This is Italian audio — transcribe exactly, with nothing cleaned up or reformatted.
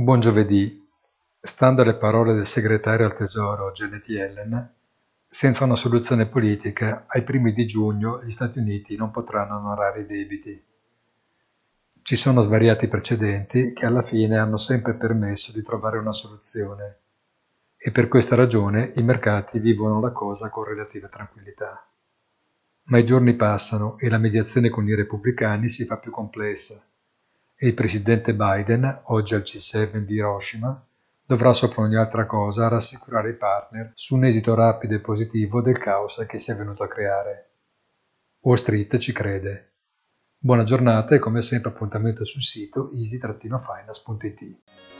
Buon giovedì. Stando alle parole del segretario al Tesoro Janet Yellen, senza una soluzione politica, ai primi di giugno gli Stati Uniti non potranno onorare i debiti. Ci sono svariati precedenti che alla fine hanno sempre permesso di trovare una soluzione e per questa ragione i mercati vivono la cosa con relativa tranquillità. Ma i giorni passano e la mediazione con i repubblicani si fa più complessa e il presidente Biden, oggi al G sette di Hiroshima, dovrà sopra ogni altra cosa rassicurare i partner su un esito rapido e positivo del caos che si è venuto a creare. Wall Street ci crede. Buona giornata e come sempre appuntamento sul sito easy-finance punto it.